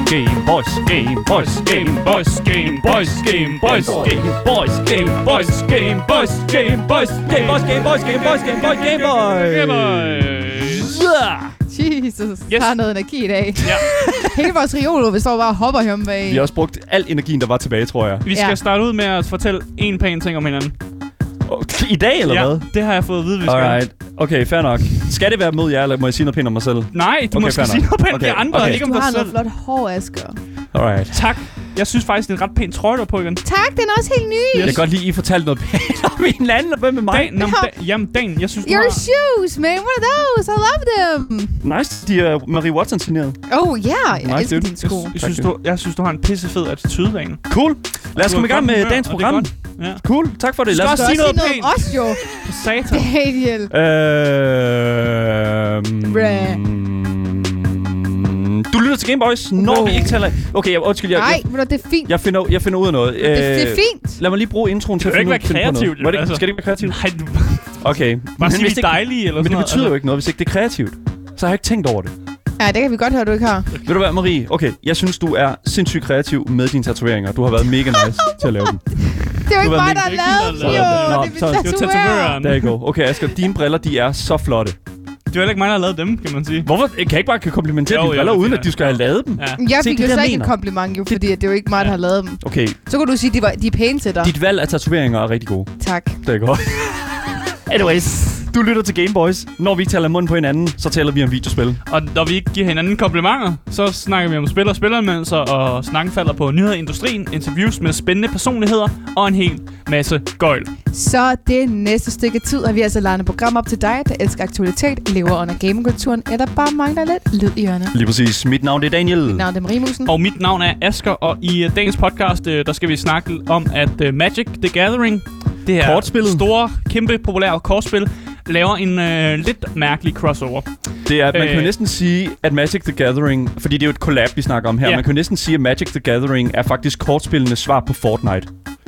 Game Boys, Game Boys, Game Boys, Game Boys, Game Boys, Game Boys, Game Boys, Game Boys, Game Boys, Game Boys, Game Boys, Game Boys, Game Boys, Game Boys, Game Boys. Jesus, der er noget energi i dag. Ja. Hele vores reol, vi står bare og hopper hjemme bag. Vi har også brugt al energien, der var tilbage, tror jeg. Vi skal starte ud med at fortælle en pæn ting om hinanden. I dag, eller hvad? Det har jeg fået at vide, vi skal. Alright. Okay, fair nok. Skal det være mod jer, eller må jeg sige noget pænt om mig selv? Nej, du må sige noget pænt om de andre, ikke om dig selv. Du har noget flot hår, Asger. Alright. Tak. Jeg synes faktisk, det er en ret pæn trøje, der på igen. Tak, den er også helt ny. Yes. Jeg kan godt lide, I fortalte noget pænt om hinanden, og hvem med mig. Dan, jeg synes, du Your shoes, man. What are those? I love them. Nice, de er Marie Watson signeret. Oh, yeah. Jeg nice, elsker dine sko. Jeg synes, du har en pissefed attitude, Dan. Cool. Lad os komme i gang med dagens program. Ja. Cool, tak for det. Lad os sige noget pænt. Også jo. Satan. Daniel. Du lytter til Game Boys, når vi ikke taler... Okay, undskyld. Nej, det er fint. Jeg finder ud af noget. Det er fint. Lad mig lige bruge introen til at finde kreativt, på noget. Skal det ikke være kreativt? Nej, okay. Bare sige, vi er dejlige, eller men sådan det betyder jo ikke noget, hvis ikke det er kreativt. Så har jeg ikke tænkt over det. Ja, det kan vi godt høre, du ikke har. Ved du hvad, Marie? Okay, jeg synes, du er sindssygt kreativ med dine tatoveringer. Du har været mega nice til at lave dem. Det er jo ikke mig, der har lavet dem, jo. Det er tatovøren. Der you go. Okay, Asger, dine briller, de er så flotte. Det er heller ikke mig, der har lavet dem, kan man sige. Hvorfor? Kan jeg ikke bare komplimentere dine briller, uden at du skal have lavet dem? Ja. Jeg fik jo så ikke et kompliment, jo, fordi det er jo ikke mig, der har lavet dem. Okay. Så kunne du sige, at de er pæne til dig. Dit valg af tatoveringer er rigtig gode. Tak. Det er godt. Anyways, du lytter til Game Boys. Når vi taler munden på hinanden, så taler vi om videospil. Og når vi ikke giver hinanden komplimenter, så snakker vi om spil og spilleranmeldelser, og snakken falder på nyheder i industrien, interviews med spændende personligheder og en hel masse gøjl. Så det næste stykke tid har vi altså lavet et program op til dig, der elsker aktualitet, lever under gamingkulturen, eller bare mangler lidt lyd i ørerne. Lige præcis. Mit navn er Daniel. Mit navn er Marie Musen. Og mit navn er Asger, og i dagens podcast, der skal vi snakke om, at Magic the Gathering, det her store, kæmpe, populære kortspil, laver en lidt mærkelig crossover. Det er, man kan jo næsten sige, at Magic the Gathering, fordi det er jo et collab, vi snakker om her, man kan jo næsten sige, at Magic the Gathering er faktisk kortspillenes svar på Fortnite.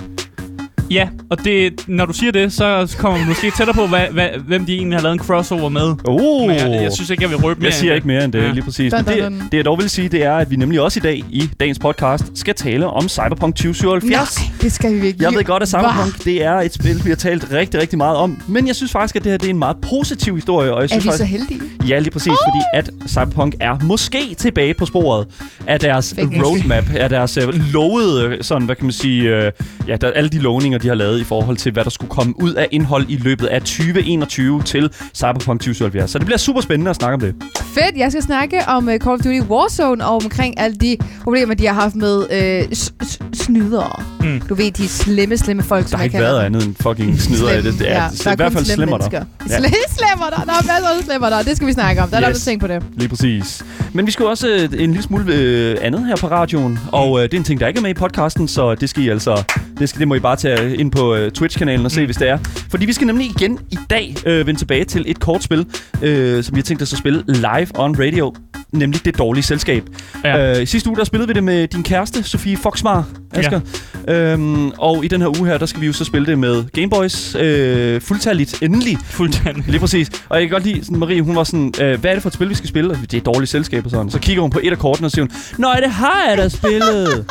Ja, og det, når du siger det, så kommer man måske tættere på, hvem de egentlig har lavet en crossover med. Men jeg synes ikke, jeg vil røbe mere. Jeg siger ikke mere end det, lige præcis. Men det jeg dog vil sige, det er, at vi nemlig også i dag, i dagens podcast, skal tale om Cyberpunk 2077. Nej, det skal vi ikke. Jeg ved godt, at Cyberpunk, det er et spil, vi har talt rigtig, rigtig meget om. Men jeg synes faktisk, at det her det er en meget positiv historie. Og jeg synes er vi så heldige? Ja, lige præcis, fordi at Cyberpunk er måske tilbage på sporet af deres roadmap, af deres lovede, sådan, hvad kan man sige, alle de lovninger, de har lavet i forhold til, hvad der skulle komme ud af indhold i løbet af 2021 til Cyberpunk 2077. Så det bliver super spændende at snakke om det. Fedt! Jeg skal snakke om Call of Duty Warzone og omkring alle de problemer, de har haft med snydere. Du ved, de slemme folk, som jeg kalder. Der har ikke været andet end fucking snydere. Det er i hvert fald slemmer der. Slemmer der! Der er masser af slemmer der. Det skal vi snakke om. Der er noget at tænke på det. Lige præcis. Men vi skal også en lille smule andet her på radioen. Og det er en ting, der ikke er med i podcasten, så det skal I altså... Det må I bare tage ind på Twitch-kanalen og se, hvis det er. Fordi vi skal nemlig igen i dag vende tilbage til et kortspil, som vi har tænkt os at spille live on radio. Nemlig Det Dårlige Selskab. Ja. I sidste uge, der spillede vi det med din kæreste, Sofie Foxmar, Asger. Ja. Og i den her uge her, der skal vi jo så spille det med Game Boys. Fuldtalligt, endelig. Fuldtalligt. Lige præcis. Og jeg kan godt lide, sådan, Marie, hun var sådan, hvad er det for et spil, vi skal spille? Og det er Et Dårligt Selskab og sådan. Så kigger hun på et af kortene og siger hun, nej, det har jeg da spillet.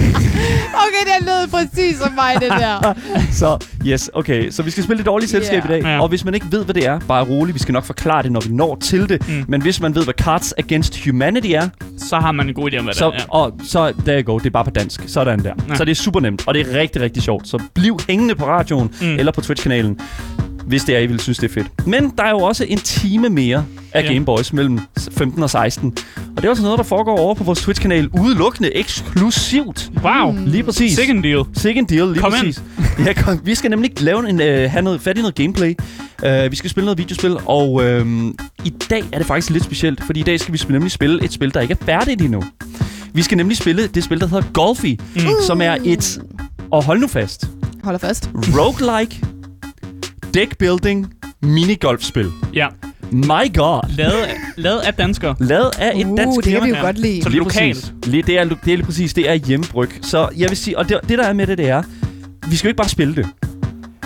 Okay, det lød præcis som mig, det der. Så, yes, okay. Så vi skal spille Det Dårlige Selskab i dag. Ja. Og hvis man ikke ved, hvad det er, bare roligt. Vi skal nok forklare det, når vi når til det. Men hvis man ved, hvad Cards Against Humanity er, så har man en god idé om, hvad det er. Og så, der go, det er bare på dansk. Sådan der. Ja. Så det er super nemt, og det er rigtig, rigtig sjovt. Så bliv hængende på radioen eller på Twitch-kanalen, hvis det er, I vil synes, det er fedt. Men der er jo også en time mere af Game Boys mellem 15 og 16. Og det er også noget, der foregår over på vores Twitch-kanal udelukkende eksklusivt. Wow. Lige præcis. Second deal, lige præcis. Ja, vi skal nemlig have fat i noget gameplay. Vi skal spille noget videospil, og i dag er det faktisk lidt specielt, fordi i dag skal vi nemlig spille et spil, der ikke er færdigt endnu. Vi skal nemlig spille det spil, der hedder Golfi, som er et, og hold nu fast, roguelike, deckbuilding, minigolfspil. Ja. My god. Lavet af danskere. Lavet af et dansk firma. Det kan vi jo godt lide. Så lokalt. Det er lige præcis, det er hjemmebryg. Så jeg vil sige, og det der er med det er, vi skal jo ikke bare spille det.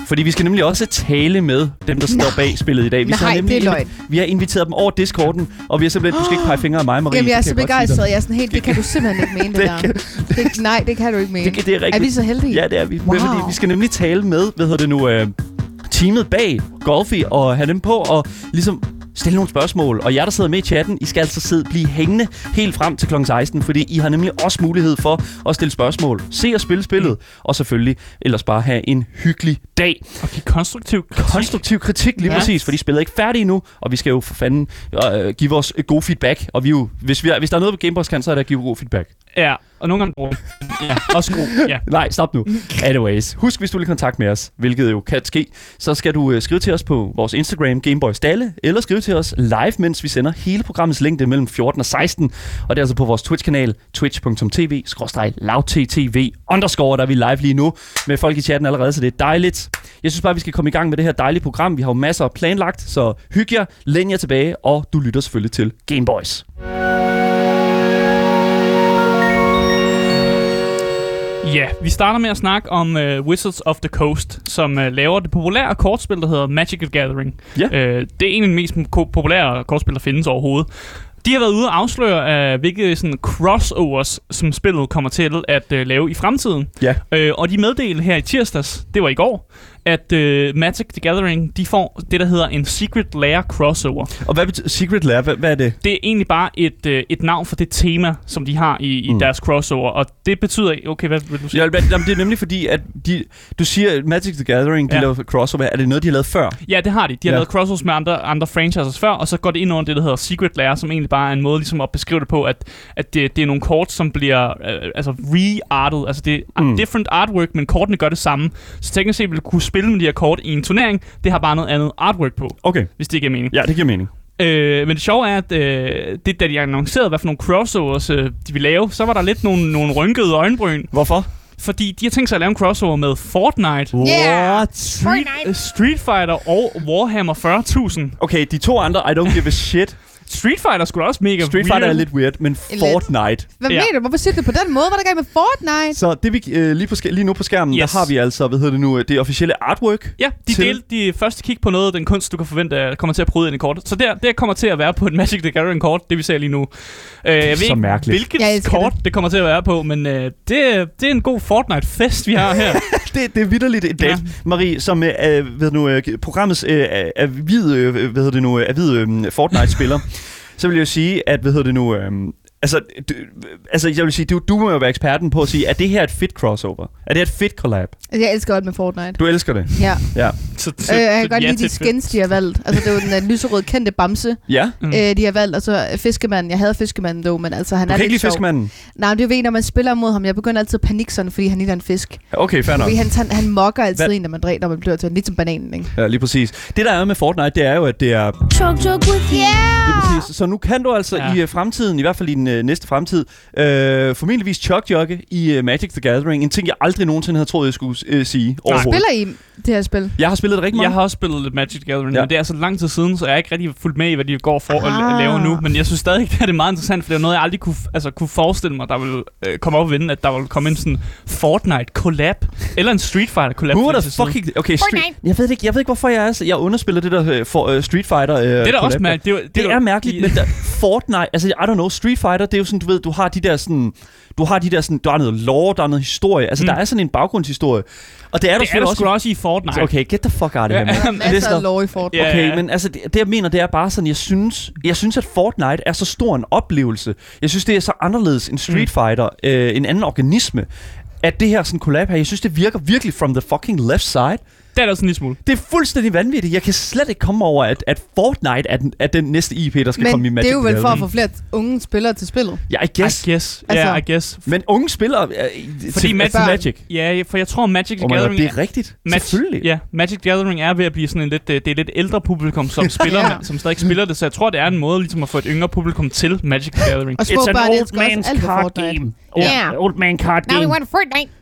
Fordi vi skal nemlig også tale med dem, der står bag spillet i dag. Det er løgn. Vi har inviteret dem over Discorden, og vi har simpelthen... Du skal ikke pege fingre af mig, Marie. Jamen, jeg er så begejstret. Jeg er sådan helt... Det kan du simpelthen ikke mene, det der. Nej, det kan du ikke mene. Det er rigtigt. Er vi så heldige? Ja, det er vi. Wow. Fordi vi skal nemlig tale med, teamet bag Golfi og have dem på og ligesom stille nogle spørgsmål. Og jer, der sidder med i chatten, I skal altså blive hængende helt frem til kl. 16, fordi I har nemlig også mulighed for at stille spørgsmål, se og spille spillet, og selvfølgelig ellers bare have en hyggelig dag. Og give konstruktiv kritik, lige præcis, for de spiller ikke færdige endnu, og vi skal jo for fanden give vores god feedback. Og vi jo, hvis der er noget, Gameboys kan, så er det at give god feedback. Ja, og nogle gange også god. Ja. Nej, stop nu. Anyways, husk, hvis du vil i kontakt med os, hvilket jo kan ske, så skal du skrive til os på vores Instagram, Gameboys Dalle, eller skrive til os live, mens vi sender hele programmets længde mellem 14 og 16. Og det er altså på vores Twitch-kanal, twitch.tv/lavttv_, der er vi live lige nu med folk i chatten allerede, så det er dejligt. Jeg synes bare, vi skal komme i gang med det her dejlige program. Vi har jo masser planlagt, så hygge jer, læn jer tilbage, og du lytter selvfølgelig til Gameboys. Ja, vi starter med at snakke om Wizards of the Coast, som laver det populære kortspil, der hedder Magic the Gathering. Ja. Det er en af de mest populære kortspil, der findes overhovedet. De har været ude og afsløre, hvilke sådan crossovers, som spillet kommer til at lave i fremtiden. Ja. Og de meddelte her i tirsdags, det var i går, at Magic the Gathering, de får det, der hedder en Secret Lair crossover. Og hvad betyder Secret Lair? Hvad er det? Det er egentlig bare et navn for det tema, som de har i deres crossover. Og det betyder... Okay, hvad vil du sige? Ja, det er nemlig fordi, at du siger, Magic the Gathering, de laver crossover. Er det noget, de har lavet før? Ja, det har de. De har lavet crossovers med andre franchises før, og så går det ind under det, der hedder Secret Lair, som egentlig bare er en måde ligesom at beskrive det på, at det er nogle kort, som bliver re-artet. Altså det er different artwork, men kortene gør det samme. Så teknisk set vil du kunne spille med de her kort i en turnering. Det har bare noget andet artwork på. Okay. Hvis det giver mening. Ja, det giver mening. Men det sjove er, at da de annoncerede, hvad for nogle crossovers de vil lave, så var der lidt nogle rynkede øjenbryn. Hvorfor? Fordi de har tænkt sig at lave en crossover med Fortnite. What? Street Fighter og Warhammer 40.000. Okay, de to andre, I don't give a shit. Street Fighter skulle også mega Street Fighter weird. er lidt weird, men Fortnite. Hvad mener du? Hvorfor siger du det på den måde? Hvad er der galt med Fortnite? Så det vi lige nu på skærmen, der har vi altså, det officielle artwork. Ja, de delte de første kig på noget af den kunst, du kan forvente kommer til at bryde ind i kortet. Så det kommer til at være på et Magic the Gathering kort, det vi ser lige nu. Jeg ved ikke, hvilket kort det kommer til at være på, men det er en god Fortnite-fest, vi har her. det er vitterligt et date. Marie, som programmets avid Fortnite-spiller, så vil jeg jo sige, at jeg vil sige, du må jo være eksperten på at sige, er det her et fedt crossover? Er det et fedt collab? Jeg elsker godt med Fortnite. Du elsker det? Ja. Jeg kan godt ja, lide de skins, de har valgt. Altså, det er jo den lyserøde kendte bamse, ja. De har valgt. Og så Fiskemanden. Jeg havde Fiskemanden dog, men altså, han er lidt sjov. Du kan ikke lide Fiskemanden? Nej, det er jo når man spiller mod ham. Jeg begynder altid at panik sådan, fordi han ligner en fisk. Okay, fair nok. Fordi han mokker altid en, når man bliver til lidt som bananen, ikke? Ja, lige præcis. Det, der er med Fortnite, det er jo, at det er... Chug with you! Lige præcis. Så nu kan du altså i fremtiden, i hvert fald i den næste fremtid, formentligvis chug-jogge i Magic the Gathering. En ting, jeg aldrig nogensinde havde troet, jeg skulle sige overhovedet. Spiller I det her spil? Jeg har spillet det rigtig meget. Jeg har også spillet lidt Magic the Gathering, men det er så lang tid siden, så jeg er ikke rigtig fulgt med i, hvad de går for at lave nu. Men jeg synes stadig, at det er meget interessant, for det er noget, jeg aldrig kunne forestille mig, der vil komme op og vinde, at der vil komme en sådan Fortnite-collab, eller en Street Fighter-collab. Who the fucking... Okay, jeg ved ikke, hvorfor jeg underspiller det der Street Fighter det er da også mærkeligt. Det er mærkeligt, men Fortnite, altså, I don't know, Street Fighter, det er jo sådan, du ved, du har noget lore, der er noget historie. Altså, der er sådan en baggrundshistorie. Og det er der også i Fortnite. Okay, get the fuck out of here, man. Masser af lore i Fortnite. Okay, men altså, det jeg mener, det er bare sådan, jeg synes, at Fortnite er så stor en oplevelse. Jeg synes, det er så anderledes en Street Fighter, en anden organisme, at det her sådan collab her, jeg synes, det virker virkelig from the fucking left side. Det er da sådan en lille smule. Det er fuldstændig vanvittigt. Jeg kan slet ikke komme over, at Fortnite er den næste IP, der skal komme i Magic. Men det er jo vel for at få flere unge spillere til spillet. Ja, I guess. I guess. Men unge spillere fordi Magic. Ja, for jeg tror Magic the Gathering... det er rigtigt. Selvfølgelig. Ja, Magic the Gathering er ved at blive sådan en lidt... Det er lidt ældre publikum, som spiller, som stadig spiller det. Så jeg tror, det er en måde ligesom at få et yngre publikum til Magic the Gathering. Og små børn elsker også alt for Fortnite. Old man card game. Now we want Fortnite.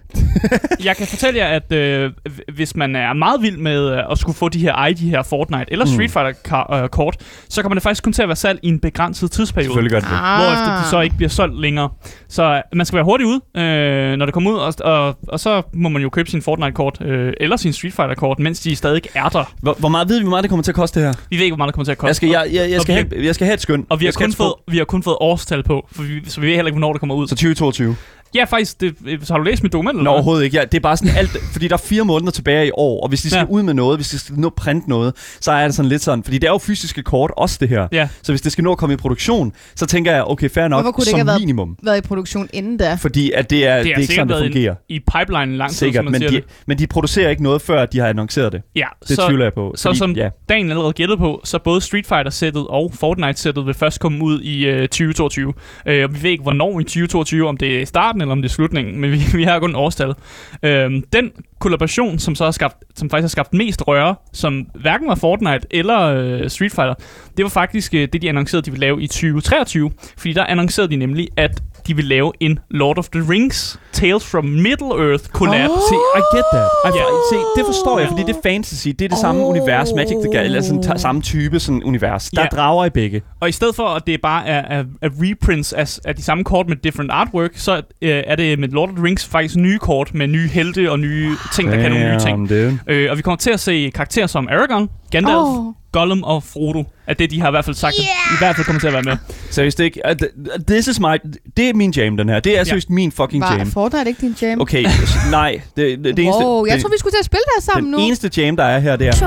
Jeg kan fortælle jer, at hvis man er meget vild med at skulle få de her Fortnite eller Street Fighter-kort, så kommer det faktisk kun til at være salg i en begrænset tidsperiode. Selvfølgelig gør det. Hvorefter de så ikke bliver solgt længere. Så man skal være hurtigt ude, når det kommer ud, og så må man jo købe sin Fortnite-kort eller sin Street Fighter-kort, mens de stadig er der. Hvor meget ved vi, hvor meget det kommer til at koste det her? Vi ved ikke, hvor meget det kommer til at koste. Jeg skal have et skøn. Og vi har kun fået årstal på, så vi ved heller ikke, hvornår det kommer ud. Så 2022. Ja, faktisk. Så har du læst mit dokument? Nå, overhovedet ikke. Ja, det er bare sådan alt, fordi der er 4 måneder tilbage i år, og hvis de skal ud med noget, hvis de skal nå printe noget, så er det sådan lidt sådan, fordi det er jo fysiske kort, også det her. Ja. Så hvis det skal nå at komme i produktion, så tænker jeg, okay, fair nok, som minimum. Været i produktion inden da? Fordi at det er ikke sådan, det fungerer. I pipeline lang tid, sikkert, som man siger men de producerer ikke noget, før de har annonceret det. Ja, det tvivler jeg på. Så som Daniel allerede gættede på, så både Street Fighter-sættet og Fortnite-sættet vil først komme ud i 2022. Og vi ved ikke, hvornår i 2022, om det er starten eller om det er slutningen, men vi har kun årstal. Den kollaboration, som faktisk har skabt mest røre, som hverken var Fortnite eller Street Fighter, det var faktisk det, de annoncerede, de ville lave i 2023. Fordi der annoncerede de nemlig, at de vil lave en Lord of the Rings Tales from Middle-earth collab. See, I get that. Se, det forstår jeg, fordi det er fantasy. Det er det samme univers, Magic the Gathering, altså samme type sådan univers. Der er drager i begge. Og i stedet for, at det bare er reprints af de samme kort med different artwork, så er det med Lord of the Rings faktisk nye kort med nye helte og nye ting, der kan nogle nye ting. Og vi kommer til at se karakterer som Aragorn, Gandalf, Gollum og Frodo, at det de har i hvert fald sagt, i hvert fald kommer til at være med. Seriøst ikke? Det er min jam, den her. Det er seriøst min fucking jam. Var Fortnite ikke din jam? Okay, nej. Det eneste, jeg tror, vi skulle til at spille der sammen nu. Den eneste jam, der er her, det er...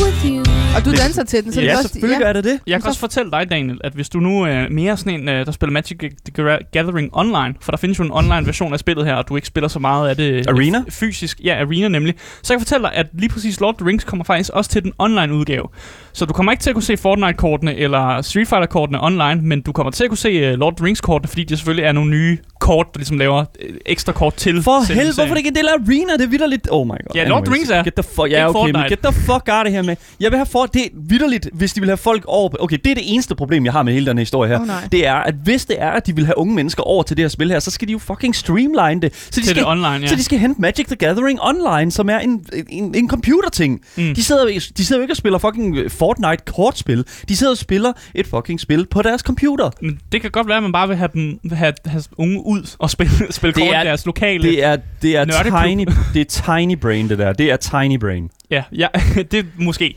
Og du danser til den, så det er også... selvfølgelig gør det. Jeg kan også fortælle dig, Daniel, at hvis du nu er mere sådan en, der spiller Magic the Gathering online, for der findes jo en online version af spillet her, og du ikke spiller så meget af det Arena? Fysisk. Ja, Arena nemlig. Så jeg kan fortælle dig, at lige præcis Lord of the Rings kommer faktisk også til den online udgave. Så du kommer ikke til at kunne se Fortnite-kortene eller Street Fighter-kortene online, men du kommer til at kunne se Lord of the Rings-kortene, fordi det selvfølgelig er nogle nye kort, der ligesom laver ekstra kort til. For helvede, hvorfor er det ikke en del af Arena? Det er vitterligt. Oh my god. Ja, Lord of the Rings er. Get the fuck out of here med. Jeg vil have det vitterligt, hvis de vil have folk over. Okay, det er det eneste problem, jeg har med hele den historie her. Det er, at hvis det er, at de vil have unge mennesker over til det her spil her, så skal de jo fucking streamline det. Så de skal, det online, ja. Så de skal hente Magic the Gathering online, som er en computerting. De sidder jo ikke og spiller fucking Fortnite-kortspil. De sidder og spiller et fucking spil på deres computer. Men det kan godt være, at man bare vil have unge ud og spille kort i deres lokale. Det er tiny brain, det der. Det er tiny brain. Ja, det er måske.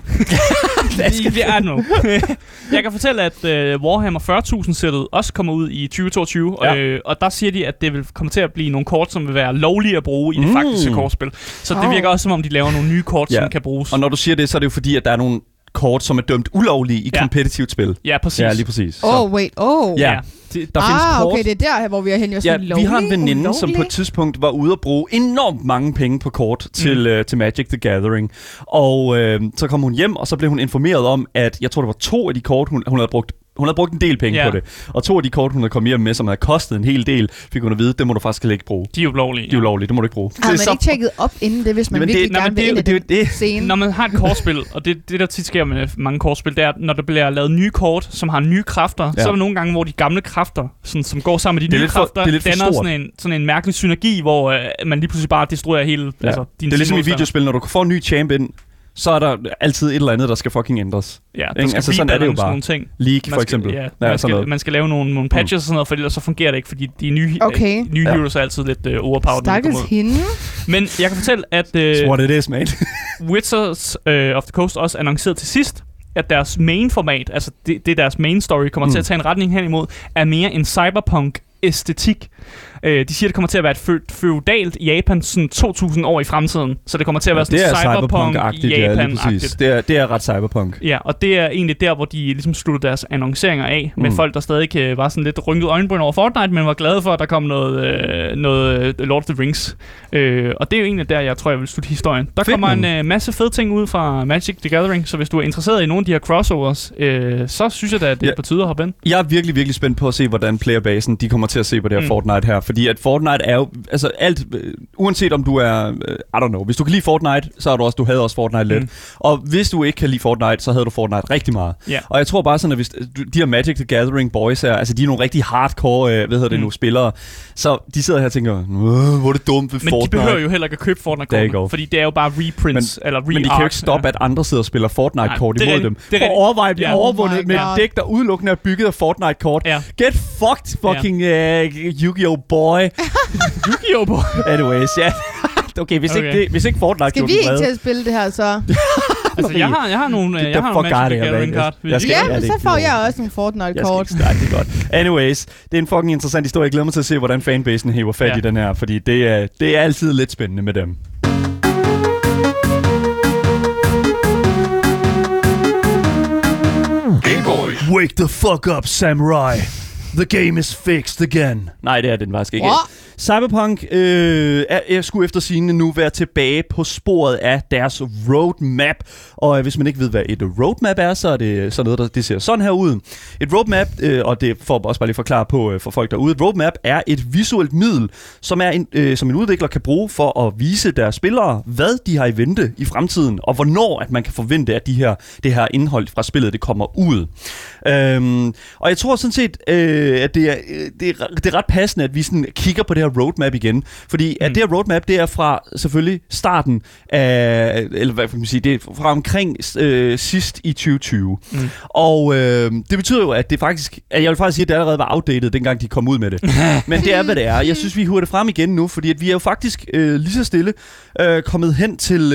Det er nu. Jeg kan fortælle, at Warhammer 40.000-sættet også kommer ud i 2022, og der siger de, at det vil komme til at blive nogle kort, som vil være lovlige at bruge i det faktiske kortspil. Så det virker også, som om de laver nogle nye kort, som kan bruges. Og når du siger det, så er det jo fordi, at der er nogle kort, som er dømt ulovlige i kompetitivt spil. Ja, præcis. Ja, lige præcis. Ja. Der findes kort. Okay, det er der, hvor vi er hen og sådan vi har en veninde, som på et tidspunkt var ude at bruge enormt mange penge på kort til Magic the Gathering. Og så kom hun hjem, og så blev hun informeret om, at jeg tror, det var 2 af de kort, hun havde brugt. Hun havde brugt en del penge på det. Og 2 af de kort, hun havde kommet hjem med, som havde kostet en hel del, fik hun at vide, det må du faktisk ikke bruge. De er ulovlige. De er ulovlige, det må du ikke bruge. Har man ikke tjekket op inden det, hvis man virkelig gerne vil ind i den scene? Når man har et kortspil, og det der tit sker med mange kortspil, det er, når der bliver lavet nye kort, som har nye kræfter, så er der nogle gange, hvor de gamle kræfter, sådan, som går sammen med de nye kræfter, danner sådan en mærkelig synergi, hvor man lige pludselig bare destruerer hele din det er ligesom i videospil, når du får en ny champ ind, så er der altid et eller andet, der skal fucking ændres. Ja, der skal altså, sådan er det jo bare. Nogle ting. League, for eksempel. Man skal lave nogle patches og sådan noget, for ellers så fungerer det ikke, fordi de nye heroes er altid lidt overpowered. Stakkels hende. Men jeg kan fortælle, at what it is, man. Wizards of the Coast også annoncerede til sidst, at deres main format, altså det deres main story, kommer til at tage en retning hen imod, er mere en cyberpunk-æstetik. De siger, det kommer til at være et feudalt Japan sådan 2000 år i fremtiden. Så det kommer til at være sådan cyberpunk-agtigt. Ja, det er ret cyberpunk. Ja, og det er egentlig der, hvor de ligesom sluttede deres annonceringer af med folk, der stadig var sådan lidt rynket øjenbryn over Fortnite, men var glade for, at der kom noget Lord of the Rings. Og det er jo egentlig der, jeg tror, jeg vil slutte historien. Der kommer en masse fede ting ud fra Magic the Gathering, så hvis du er interesseret i nogle af de her crossovers, så synes jeg da, at det er på tide at hoppe ind. Jeg er virkelig, virkelig spændt på at se, hvordan playerbasen de kommer til at se på det her Fortnite her. Fordi at Fortnite er jo, altså alt, uanset om du er, I don't know, hvis du kan lide Fortnite, så er du havde også Fortnite lidt. Og hvis du ikke kan lide Fortnite, så havde du Fortnite rigtig meget. Yeah. Og jeg tror bare sådan, at hvis de her Magic the Gathering boys her, altså de er nogle rigtig hardcore, spillere, så de sidder her og tænker, hvor er det dumt ved Fortnite. Men de behøver jo heller ikke at købe Fortnite-kort, fordi det er jo bare reprints, eller re-art. Men de kan jo ikke stoppe, at andre sidder og spiller Fortnite-kort imod dem. Og overveje at blive overvundet med et dæk, der udelukkende er bygget af Fortnite-kort. Ja. Get fucked, fucking Yu-Gi-Oh! Boy. Yu-Gi-Oh! Boy. Anyways, ja. Okay, hvis ikke Fortnite skal vi ikke til at spille det her, så? Altså, jeg har nogle Magic the Gathering-kart. Ja, men så får jeg også nogle Fortnite-kort. Det er godt. Anyways, det er en fucking interessant historie. Jeg glæder mig til at se, hvordan fanbasen hæver fat i den her, fordi det er altid lidt spændende med dem. Game Boy. Wake the fuck up, samurai. The game is fixed again. Nej, det er den faktisk ikke. Cyberpunk skulle efter sigende nu være tilbage på sporet af deres roadmap. Og hvis man ikke ved, hvad et roadmap er, så er det sådan noget, det ser sådan her ud. Et roadmap, og det får også bare lige forklare på for folk derude, et roadmap er et visuelt middel, som en udvikler kan bruge for at vise deres spillere, hvad de har i vente i fremtiden, og hvornår at man kan forvente, at det her indhold fra spillet det kommer ud. Og jeg tror sådan set, at det er ret passende, at vi sådan kigger på det her roadmap igen, fordi at det her roadmap, det er fra selvfølgelig starten af, eller hvad kan man sige, det er fra omkring sidst i 2020. Og det betyder jo, at det faktisk, at jeg vil faktisk sige, at det allerede var outdated, dengang de kom ud med det. Men det er, hvad det er. Jeg synes, vi hiver det frem igen nu, fordi at vi er jo faktisk lige så stille kommet hen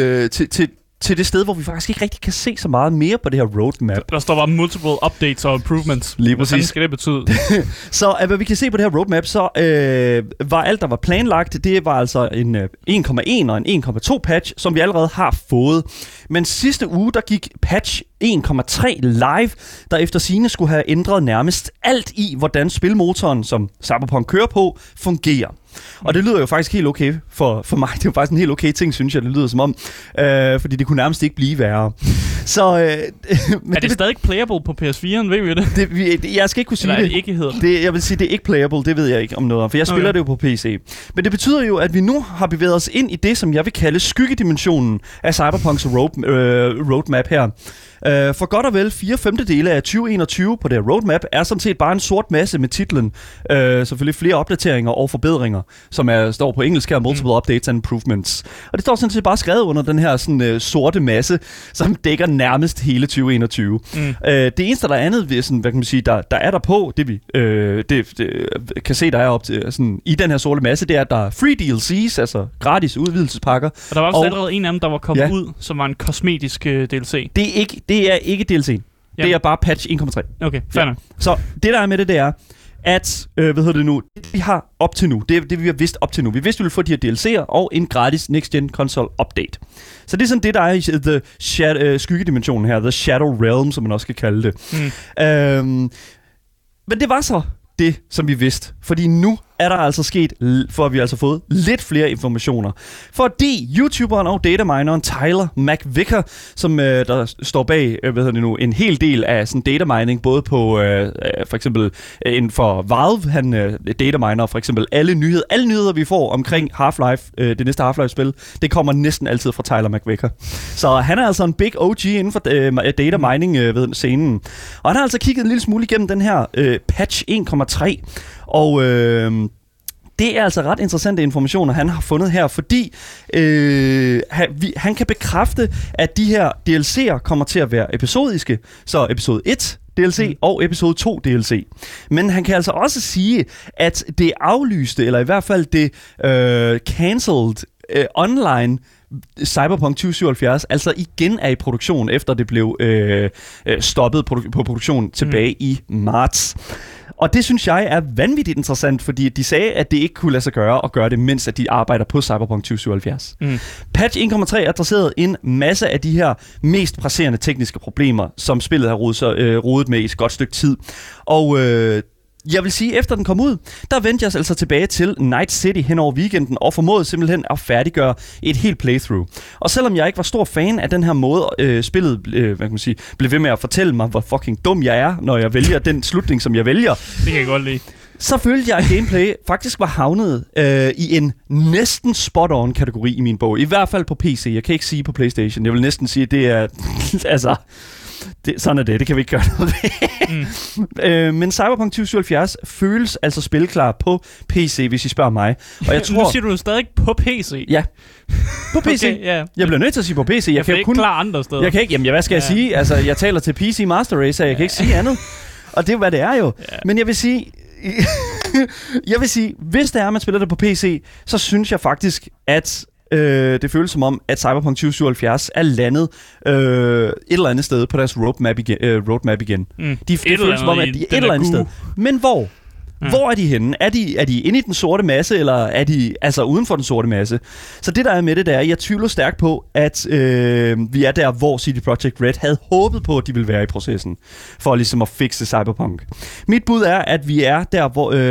til det sted, hvor vi faktisk ikke rigtig kan se så meget mere på det her roadmap. Der står bare multiple updates og improvements. Lige præcis. Hvad skal det betyde? Så hvad vi kan se på det her roadmap, så var alt, der var planlagt, det var altså en 1,1 og en 1,2 patch, som vi allerede har fået. Men sidste uge, der gik patch 1,3 live, der efter sigende skulle have ændret nærmest alt i, hvordan spilmotoren, som Cyberpunk kører på, fungerer. Og det lyder jo faktisk helt okay for mig. Det er jo faktisk en helt okay ting, synes jeg, det lyder som om. Fordi det kunne nærmest ikke blive værre. Så, er det stadig playable på PS4'en, ved vi det? Jeg skal ikke kunne sige det. Ikke hedder. Jeg vil sige, det er ikke playable, det ved jeg ikke om noget om, for jeg spiller det jo på PC. Men det betyder jo, at vi nu har bevæget os ind i det, som jeg vil kalde skyggedimensionen af Cyberpunks roadmap her. For godt og vel 4/5 af 2021 på det her roadmap er sådan set bare en sort masse med titlen. Selvfølgelig flere opdateringer og forbedringer, som står på engelsk her, multiple updates and improvements. Og det står sådan set bare skrevet under den her sådan, sorte masse, som dækker nærmest hele 2021. Det eneste, der er andet ved, sådan, hvad kan man sige, der er der på, det vi kan se, der er op til, sådan, i den her sorte masse, det er, at der er free DLC's, altså gratis udvidelsespakker. Og der var også allerede en af dem, der var kommet ud, som var en kosmetisk DLC. Det er ikke DLC. Det er bare patch 1,3. Okay, fair nok. Så det der er med det er, at, det vi har op til nu, det vi har vidst op til nu. Vi vidste, vi ville få de her DLC'er og en gratis next-gen console update. Så det er sådan det, der er i skyggedimensionen her, The Shadow Realm, som man også kan kalde det. Men det var så det, som vi vidste. Fordi nu er der altså sket, for vi har altså fået lidt flere informationer. Fordi YouTuberen og datamineren Tyler McVicker, som der står bag en hel del af sådan data mining, både på for eksempel inden for Valve, han dataminer for eksempel alle nyheder vi får omkring Half-Life, det næste Half-Life-spil, det kommer næsten altid fra Tyler McVicker. Så han er altså en big OG inden for data mining ved scenen. Og han har altså kigget en lille smule igennem den her patch 1,3, og det er altså ret interessante informationer, han har fundet her, fordi han kan bekræfte, at de her DLC'er kommer til at være episodiske. Så episode 1 DLC og episode 2 DLC. Men han kan altså også sige, at det aflyste, eller i hvert fald det cancelled online Cyberpunk 2077 altså igen er i produktion, efter det blev stoppet på produktion tilbage i marts. Og det synes jeg er vanvittigt interessant, fordi de sagde, at det ikke kunne lade sig gøre at gøre det, mens at de arbejder på Cyberpunk 2077. Patch 1,3 adresserede en masse af de her mest presserende tekniske problemer, som spillet har rodet med i et godt stykke tid. Og jeg vil sige, efter den kom ud, der vendte jeg altså tilbage til Night City hen over weekenden og formåede simpelthen at færdiggøre et helt playthrough. Og selvom jeg ikke var stor fan af den her måde, spillet blev ved med at fortælle mig, hvor fucking dum jeg er, når jeg vælger den slutning, som jeg vælger. Det kan jeg godt lide. Så følte jeg, at gameplay faktisk var havnet i en næsten spot-on kategori i min bog. I hvert fald på PC. Jeg kan ikke sige på PlayStation. Jeg vil næsten sige, at det er... altså... sådan er det. Det kan vi ikke gøre noget ved. Men Cyberpunk 2077 føles altså spilklar på PC, hvis I spørger mig. Og jeg tror... Nu siger du stadig på PC. Ja. På PC. Okay, yeah. Jeg bliver nødt til at sige på PC. Jeg kan ikke kun... klar andre steder. Jeg kan ikke... Jamen, hvad skal jeg sige? Altså, jeg taler til PC Master Race, og jeg kan ikke sige andet. Og det er, hvad det er jo. Yeah. Men jeg vil sige... hvis det er, man spiller det på PC, så synes jeg faktisk, at det føles som om, at Cyberpunk 2077 er landet et eller andet sted på deres roadmap igen. Det føles som om, at de er et eller andet sted. Men hvor? Hvor er de henne? Er de inde i den sorte masse, eller er de altså uden for den sorte masse? Så det, der er med det, der er, jeg tvivler stærkt på, at vi er der, hvor CD Projekt Red havde håbet på, at de ville være i processen, for ligesom at fixe Cyberpunk. Mit bud er, at vi er der,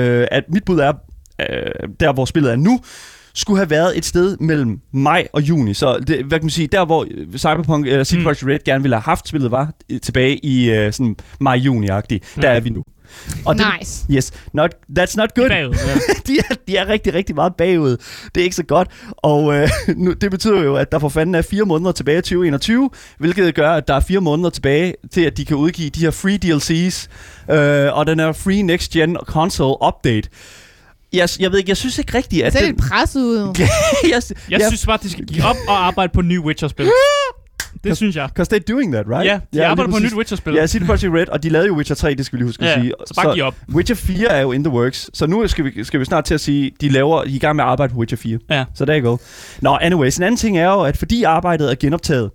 hvor spillet er nu, skulle have været et sted mellem maj og juni. Så det, hvad kan man sige, der hvor Cyberpunk eller CD Projekt Red gerne ville have haft spillet var tilbage i sådan maj-juni-agtigt. Der er vi nu. Og nice. Yes. That's not good. Bagud, ja. de er rigtig, rigtig meget bagud. Det er ikke så godt. Og nu, det betyder jo, at der for fanden er 4 måneder tilbage i 2021, hvilket gør, at der er 4 måneder tilbage til, at de kan udgive de her free DLC's og den her free next-gen console update. Jeg ved ikke, jeg synes ikke rigtigt, at det er lidt presset ud. jeg synes bare, de skal give op og arbejde på nye Witcher-spil. Det synes jeg. Because they're doing that, right? Ja, de arbejder på et nyt Witcher-spil. Ja, CD Projekt Red, og de lavede jo Witcher 3, det skal vi lige huske at sige. Så bare give op. Witcher 4 er jo in the works, så nu skal vi snart til at sige, de er i gang med at arbejde på Witcher 4. Ja. Så der you go. Nå, anyways, en anden ting er jo, at fordi arbejdet er genoptaget,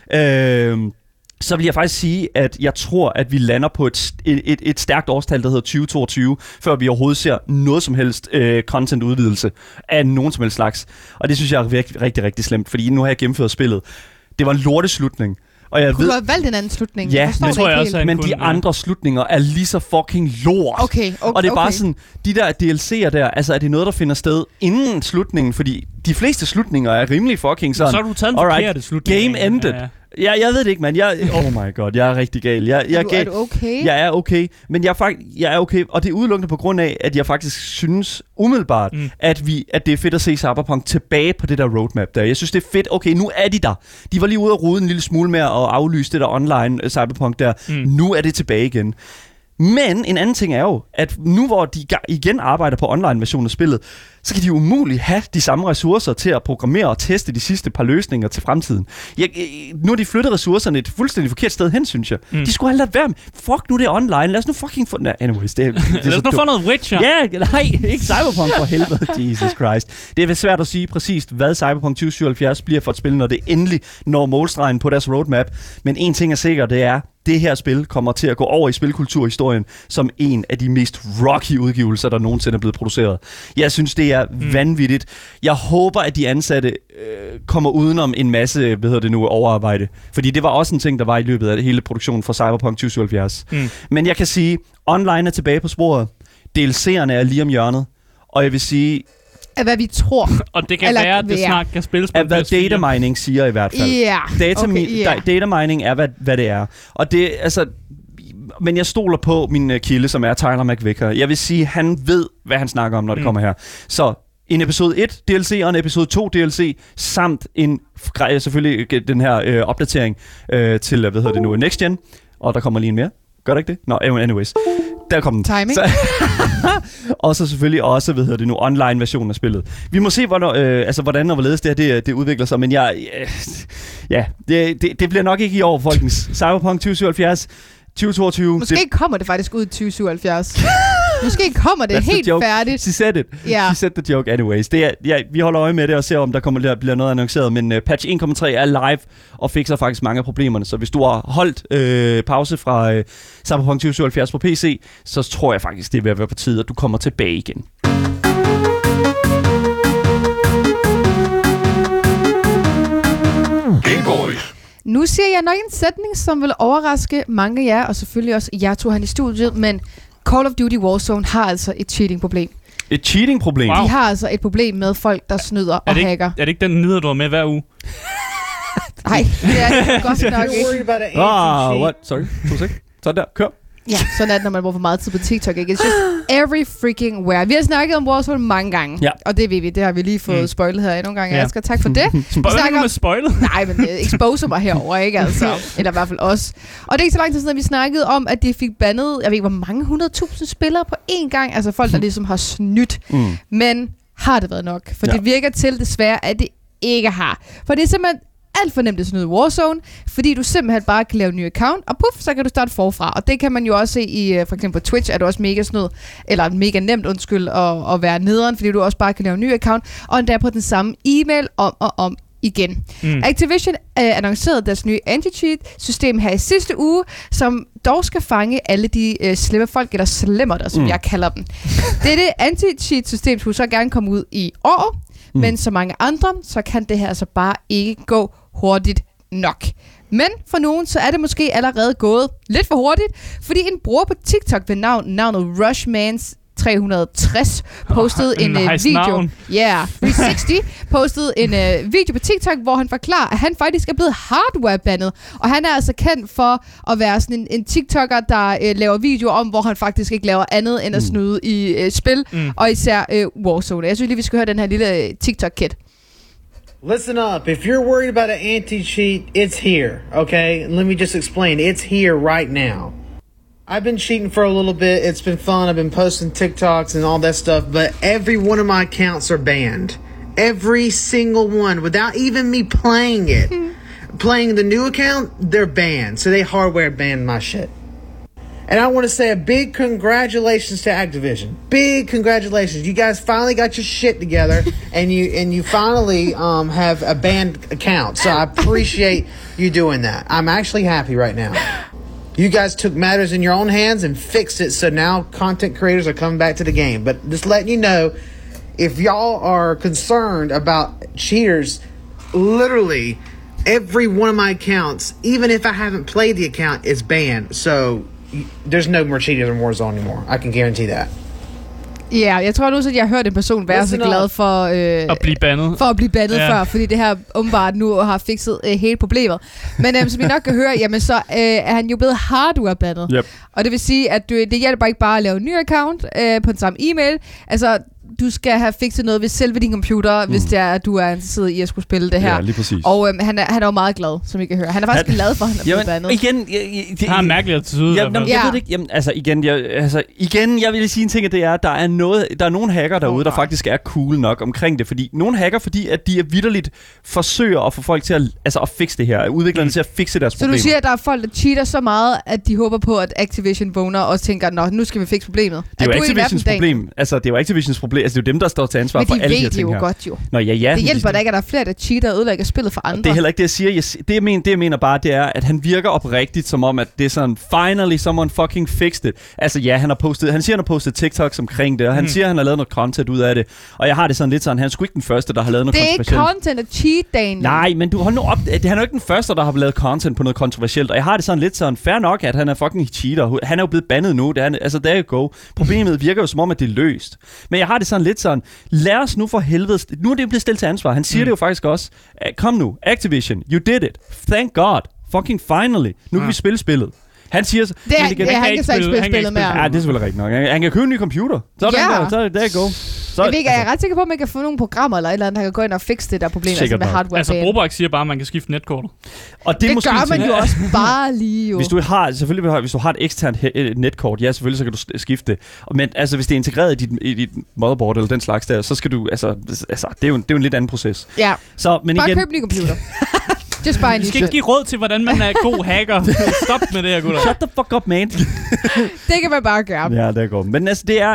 så vil jeg faktisk sige, at jeg tror, at vi lander på et stærkt årstal, der hedder 2022, før vi overhovedet ser noget som helst content-udvidelse af nogen som helst slags. Og det synes jeg er rigtig, rigtig slemt, fordi nu har jeg gennemført spillet. Det var en lorteslutning. Og jeg Kunne du have valgt en anden slutning? Ja, det tror jeg også. Men de andre slutninger er lige så fucking lort. Okay, og det er bare sådan, de der DLC'er der, altså er det noget, der finder sted inden slutningen? Fordi de fleste slutninger er rimelig fucking sådan. Så har du taget en forkerte slutning. Game ended. Ja, jeg ved det ikke, mand. Oh my god, jeg er rigtig gal. Er du okay? Jeg er okay, men jeg er okay, og det er udelukkende på grund af, at jeg faktisk synes umiddelbart, at det er fedt at se Cyberpunk tilbage på det der roadmap der. Jeg synes, det er fedt. Okay, nu er de der. De var lige ude at rode en lille smule med at aflyse det der online Cyberpunk der. Nu er det tilbage igen. Men en anden ting er jo, at nu hvor de igen arbejder på online-versionen af spillet, så kan de umuligt have de samme ressourcer til at programmere og teste de sidste par løsninger til fremtiden. Nu har de flyttet ressourcerne et fuldstændig forkert sted hen, synes jeg. De skulle have ladet være med. Fuck nu, det er online. Lad os nu fucking få... Nah, anyways, det lad os nu få noget Witcher. Ja, nej, ikke Cyberpunk for helvede. Jesus Christ. Det er svært at sige præcist, hvad Cyberpunk 2077 bliver for et spil, når det endelig når målstregen på deres roadmap. Men en ting er sikkert, det er, det her spil kommer til at gå over i spilkulturhistorien som en af de mest rocky udgivelser, der nogensinde er blevet produceret. Jeg synes, det er vanvittigt. Jeg håber, at de ansatte kommer udenom en masse, overarbejde. Fordi det var også en ting, der var i løbet af hele produktionen for Cyberpunk 2077. Men jeg kan sige, online er tilbage på sporet. DLC'erne er lige om hjørnet. Og jeg vil sige... Af hvad vi tror. Og det kan være, at det snart kan spilles på af hvad data mining siger i hvert fald. Data mining er, hvad det er. Og det, altså... Men jeg stoler på min kilde, som er Tyler McVicker. Jeg vil sige, han ved, hvad han snakker om, når det kommer her. Så en episode 1 DLC og en episode 2 DLC, samt selvfølgelig den her opdatering til, Next Gen. Og der kommer lige en mere. Gør det ikke det? Nå, anyways. Der kom den. Timing. Og så selvfølgelig også, online-versionen af spillet. Vi må se, hvordan og hvorledes det udvikler sig, men det bliver nok ikke i år, folkens. Cyberpunk 2077, 2022. Måske kommer det faktisk ud i 2077. Måske kommer det helt færdigt. She said it. Yeah. She said the joke anyways. Vi holder øje med det og ser, om der bliver noget annonceret. Men patch 1.3 er live og fikser faktisk mange af problemerne. Så hvis du har holdt pause fra Cyberpunk 2077 på PC, så tror jeg faktisk, det er ved at være på tide, at du kommer tilbage igen. Nu siger jeg nok en sætning, som vil overraske mange af jer, og selvfølgelig også jer to her i studiet, men Call of Duty Warzone har altså et cheating-problem. Et cheating-problem? Wow. De har altså et problem med folk, der snyder og hacker. Er det ikke den nyhed, du har med hver uge? Nej, det er det godt nok ikke. What? Sorry, 2 sek. Sådan der, kør. Ja, sådan er det, når man bruger for meget tid på TikTok. Ikke? It's just every freaking where. Vi har snakket om Warzone mange gange, og det ved vi. Det har vi lige fået spoilet her nogle gange. Asger, tak for det. Spoiler med spoilet? Nej, men exposer mig herover, ikke altså? Eller i hvert fald os. Og det er ikke så lang tid siden, at vi snakkede om, at de fik bandet, jeg ved ikke, hvor mange 100.000 spillere på én gang. Altså folk, der ligesom har snydt. Men har det været nok? For det virker til desværre, at det ikke har. For det er simpelthen alt for nemt at snyde Warzone, fordi du simpelthen bare kan lave en ny account, og puff, så kan du starte forfra. Og det kan man jo også se i, for eksempel på Twitch, er det også mega snyd, eller mega nemt, at være nederen, fordi du også bare kan lave en ny account, og endda på den samme e-mail om og om igen. Activision annoncerede deres nye anti-cheat-system her i sidste uge, som dog skal fange alle de slemme folk, eller slemmer, som jeg kalder dem. Dette anti-cheat-system skulle så gerne komme ud i år, men som mange andre, så kan det her altså bare ikke gå hurtigt nok. Men for nogen, så er det måske allerede gået lidt for hurtigt, fordi en bruger på TikTok ved navnet Rushmans 360 postede en video. 360 postede en video på TikTok, hvor han forklarer, at han faktisk er blevet hardware-bandet. Og han er altså kendt for at være sådan en TikToker, der laver videoer om, hvor han faktisk ikke laver andet end at snyde i spil, og især Warzone. Jeg synes lige, vi skal høre den her lille TikTok-kid. Listen up. If you're worried about an anti-cheat, it's here, okay? Let me just explain. It's here right now. I've been cheating for a little bit. It's been fun. I've been posting TikToks and all that stuff, but every one of my accounts are banned. Every single one, without even me playing it. Playing the new account, they're banned. So they hardware banned my shit. And I want to say a big congratulations to Activision. Big congratulations. You guys finally got your shit together and you finally have a banned account. So I appreciate you doing that. I'm actually happy right now. You guys took matters in your own hands and fixed it, so now content creators are coming back to the game. But just letting you know, if y'all are concerned about cheaters, literally every one of my accounts, even if I haven't played the account, is banned. So there's no more cheaters in Warzone anymore. I can guarantee that. Ja, jeg tror nu, at jeg har hørt en person være så glad for at blive bandet. For at blive bandet før, fordi det her åbenbart nu har fikset hele problemet. Men som vi nok kan høre, jamen så er han jo blevet hardware-bandet. Yep. Og det vil sige, at det hjælper ikke bare at lave en ny account på den samme e-mail. Altså, du skal have fikset noget ved selve din computer, hvis det er, at du er interesseret i at skulle spille det her. Ja, lige præcis. Og han er jo meget glad, som I kan høre. Han er faktisk glad for, at han er blevet bandet. Igen, det har en mærkelig attitude. Jeg ved det ikke. Jamen, jeg vil sige en ting, at det er, der er nogle hacker derude, der faktisk er cool nok omkring det. Nogle hacker, fordi at de er vitterligt forsøger at få folk til at fikse det her. Udviklerne til at fikse deres problemer. Så du siger, at der er folk, der cheater så meget, at de håber på, at Activision vågner og tænker, nå, nu skal vi fikse problemet. Det er jo Activisions problem. Altså, det er jo Activisions problem. Altså, det er jo dem, der står til ansvar for alle de her ting her. Men de ved det jo godt, jo. Nå, ja. Det hjælper da ikke, at der er flere, der cheater og ødelægger spillet for andre. Det er heller ikke det, jeg siger. Det jeg mener bare, det er, at han virker oprigtigt, som om, at det er sådan, finally someone fucking fixed it. Altså, ja, han siger, han har postet TikToks omkring det, og han siger, han har lavet noget content ud af det. Og jeg har det sådan lidt sådan, han er sgu ikke den første, der har lavet noget kontroversielt. Det er ikke content at cheat, Daniel. Nej, men hold nu op. Han er jo ikke den første, der har lavet content på noget kontroversielt. Og jeg har det sådan lidt sådan, fair nok, at han er fucking cheater. Han er jo blevet bandet nu. Der you go. Problemet virker jo som om, at det er løst. Men jeg har det sådan lidt sådan, lad os nu for helvede. Nu er det jo blevet stillet til ansvar. Han siger det jo faktisk også. Kom nu, Activision, you did it. Thank God. Fucking finally. Nu kan vi spille spillet. Han siger så... Han kan så ikke spille spillet mere. Ja, det er selvfølgelig rigtigt nok. Han kan købe en ny computer. Så er det go. Jeg er ret sikker på, at man kan få nogle programmer eller et eller andet, der kan gå ind og fikse det der problem altså med hardware. Altså, Broberg siger bare, at man kan skifte netkortet. Og det gør man jo også bare lige jo. Hvis du har et eksternt netkort, ja, selvfølgelig så kan du skifte det. Men altså, hvis det er integreret i dit motherboard eller den slags der, så skal du... Altså det er jo en lidt anden proces. Ja. Men bare køb en ny computer. Vi skal ikke give råd til, hvordan man er god hacker. Stop med det her, gutter. Shut the fuck up, man. Det kan man bare gøre. Ja, det er godt. Men altså, det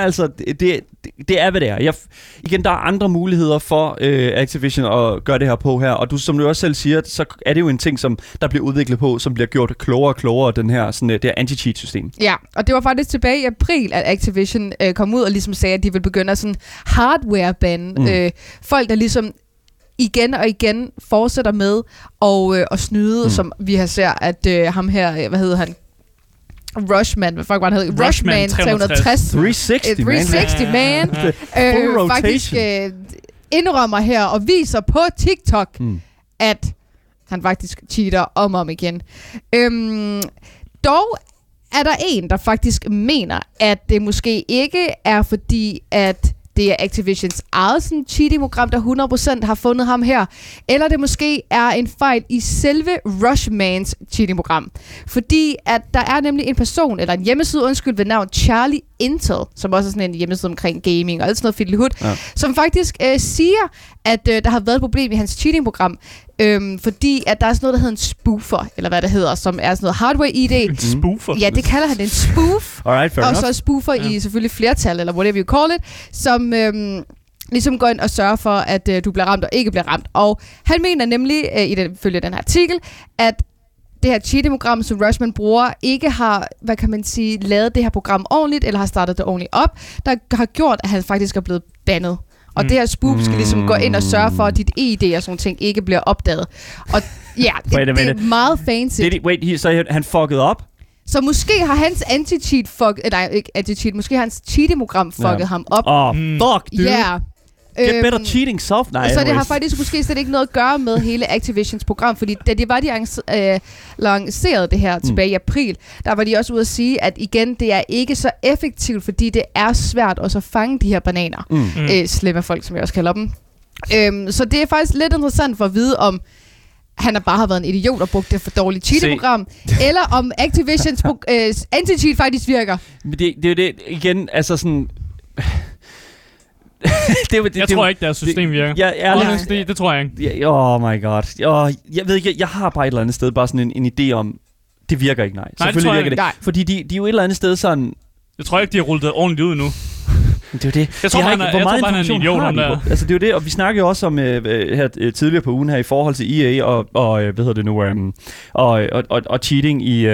er, hvad det er. Igen, der er andre muligheder for Activision at gøre det her på her. Og som du også selv siger, så er det jo en ting, som der bliver udviklet på, som bliver gjort klogere og klogere, den her, sådan, det her anti-cheat-system. Ja, og det var faktisk tilbage i april, at Activision kom ud og ligesom sagde, at de ville begynde at sådan hardware-bande folk, der ligesom igen og igen fortsætter med at snyde, som vi har ser, at ham her, hvad hedder han? Rushman, hvad fuck var han hed? Rushman 360. 360, man. Faktisk indrømmer her og viser på TikTok, at han faktisk cheater om igen. Dog er der en, der faktisk mener, at det måske ikke er fordi, at det er Activisions eget sådan cheating-program, der 100% har fundet ham her. Eller det måske er en fejl i selve Rushmans cheating-program. Fordi at der er nemlig en person, eller en hjemmeside, ved navn Charlie Intel, som også er sådan en hjemmeside omkring gaming og alt sådan noget fiddly-hud, som faktisk siger, at der har været et problem i hans cheating-program. Fordi at der er sådan noget, der hedder en spoofer, eller hvad det hedder, som er sådan noget hardware-ID. En spoofer? Ja, det kalder han en spoof. Alright, og så spoofer i selvfølgelig flertal, eller whatever you call it, som ligesom går ind og sørger for, at du bliver ramt og ikke bliver ramt. Og han mener nemlig, ifølge den her artikel, at det her cheating-program, som Rushman bruger, ikke har, hvad kan man sige, lavet det her program ordentligt, eller har startet det ordentligt op, der har gjort, at han faktisk er blevet bandet. Og det her spoof skal ligesom gå ind og sørge for, at dit ID og sådan ting ikke bliver opdaget. Og ja, det er meget fancy. Så han fucked op? Så måske har hans måske har hans cheating-program fucket ham op. Fuck, dude. Yeah. Get better cheating soft. Nej, så det har faktisk måske slet ikke noget at gøre med hele Activisions program, fordi da de lancerede det her tilbage i april, der var de også ude at sige, at igen, det er ikke så effektivt, fordi det er svært også at fange de her bananer. Slemme folk, som jeg også kalder dem. Så det er faktisk lidt interessant for at vide, om han bare har været en idiot og brugt det for dårligt cheating-program, eller om Activisions anti-cheat faktisk virker. Men det er jo det, igen, altså sådan... Jeg tror ikke, deres system virker. Det tror jeg ikke. Oh my god. Jeg ved ikke, jeg har bare et eller andet sted bare sådan en idé om, det virker ikke, nej. Selvfølgelig virker det. Fordi de er jo et eller andet sted sådan... Jeg tror ikke, de har rullet det ordentligt ud nu. Det er jo det. Jeg tror, han er en idiot, han der. Altså, det er jo det, og vi snakkede jo også om her tidligere på ugen her i forhold til EA og hvad hedder det nu, og cheating i...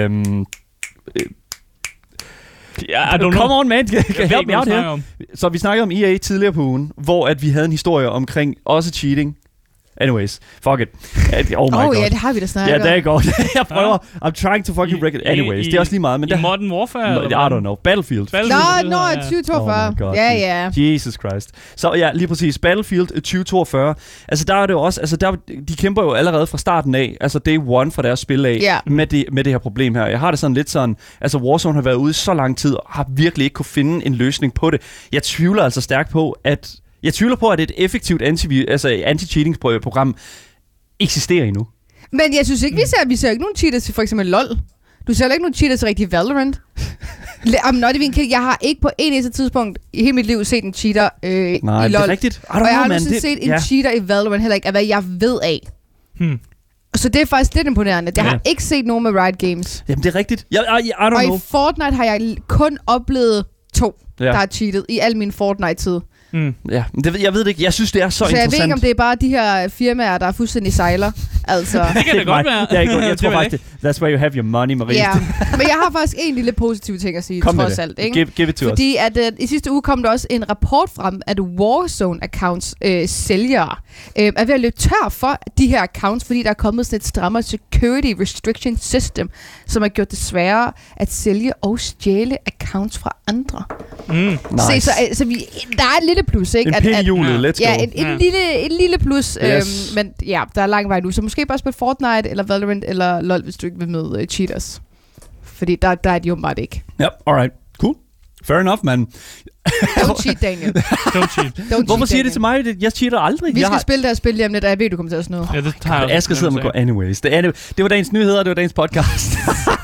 Come on, man. Help me out her. Så vi snakkede om EA tidligere på ugen, hvor at vi havde en historie omkring også cheating. Anyways, fuck it. Oh my god. Ja, det har vi da snakket om. Ja, det er godt. Jeg prøver. I'm trying to fucking break it. Anyways, det er også lige meget. Men i Modern Warfare? I don't know. Battlefield. Nå, 2042. Oh my god. Ja. Jesus Christ. Så ja, lige præcis. Battlefield 2042. Altså, der er det jo også... Altså, de kæmper jo allerede fra starten af. Altså, day one fra deres spil af. Med det her problem her. Jeg har det sådan lidt sådan... Altså, Warzone har været ude så lang tid, og har virkelig ikke kunne finde en løsning på det. Jeg tvivler altså stærkt på, at... et effektivt anti-cheating-program eksisterer endnu. Men jeg synes ikke, vi ser ikke nogen cheaters til for eksempel LOL. Du ser ikke nogen cheaters til rigtig Valorant. Jeg har ikke på en eneste tidspunkt i hele mit liv set en cheater i LOL. Nej, det er rigtigt. Og jeg har aldrig set en cheater i Valorant, heller ikke af hvad jeg ved af. Så det er faktisk lidt imponerende. Jeg har ikke set nogen med Riot Games. Jamen, det er rigtigt. I don't know. Og i Fortnite har jeg kun oplevet 2, der har cheatet i al min Fortnite-tid. Ja, men jeg ved det ikke. Jeg synes, det er så interessant. Så jeg ved ikke, om det er bare de her firmaer, der er fuldstændig sejler. Altså. Det kan det godt være. Jeg tror faktisk, that's where you have your money, Marie. Ja, men jeg har faktisk en lille positiv ting at sige, trods alt. Ikke? Give it to Fordi at, i sidste uge kom der også en rapport frem, at Warzone-accounts sælgere er ved at løbe tør for de her accounts, fordi der er kommet sådan et strammere security restriction system, som har gjort det sværere at sælge og stjæle accounts fra andre. Nice. Så der er et lille plus, ikke? En pind i hjulet, let's go. En lille plus, Yes. men ja, der er lang vej nu. Så måske bare spille Fortnite, eller Valorant, eller LoL, hvis du ikke vil møde cheaters. Fordi der er de jo bare ikke. Yep, alright. Cool. Fair enough, man. Don't cheat, Daniel. Don't cheat. Hvorfor siger det til mig? Jeg cheater aldrig. Vi skal spille det her spil lige om lidt, og jeg ved, du kommer til at snyde. Ja, det tager jeg. Asger sidder med går anyways. Det var dagens nyheder, det var dagens podcast.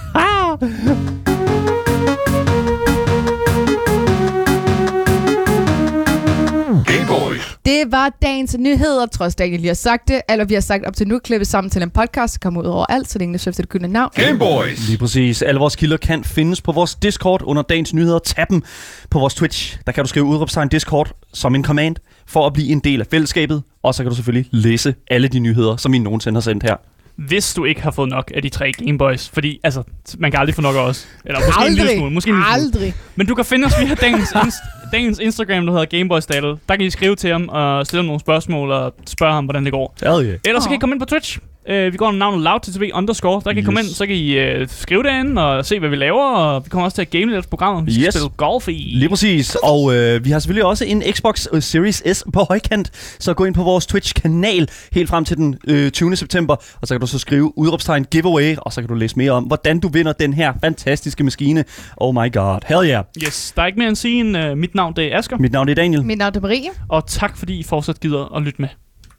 Det var dagens nyheder, trods Daniel lige har sagt det. Eller vi har sagt op til nu, klippet sammen til en podcast, der kommer ud over alt, så længe det søfter det gyldne navn. Gameboys! Lige præcis. Alle vores kilder kan findes på vores Discord under dagens nyheder. Tag dem på vores Twitch. Der kan du skrive udråbstegn Discord som en command for at blive en del af fællesskabet. Og så kan du selvfølgelig læse alle de nyheder, som vi nogensinde har sendt her. Hvis du ikke har fået nok af de 3 Gameboys, fordi altså, man kan aldrig få nok af os. Eller måske aldrig. En lille smule. Måske en lille smule. Aldrig. Men du kan finde os via dagens Instagram, der hedder Gameboys Daddle. Der kan I skrive til ham og stille ham nogle spørgsmål og spørge ham, hvordan det går. Yeah. Ellers så kan I komme ind på Twitch. Vi går under navnet LoudTTV_. Der kan I komme ind, så kan I skrive derinde og se, hvad vi laver. Og vi kommer også til at game lidt programmet. Vi skal spille golf i. Lige præcis. Og vi har selvfølgelig også en Xbox Series S på højkant. Så gå ind på vores Twitch-kanal helt frem til den 20. september. Og så kan du så skrive udråbstegn giveaway. Og så kan du læse mere om, hvordan du vinder den her fantastiske maskine. Oh my god. Hell yeah. Yes, der er ikke mere end sige. Mit navn det er Asger. Mit navn det er Daniel. Mit navn er Marie. Og tak fordi I fortsat gider at lytte med.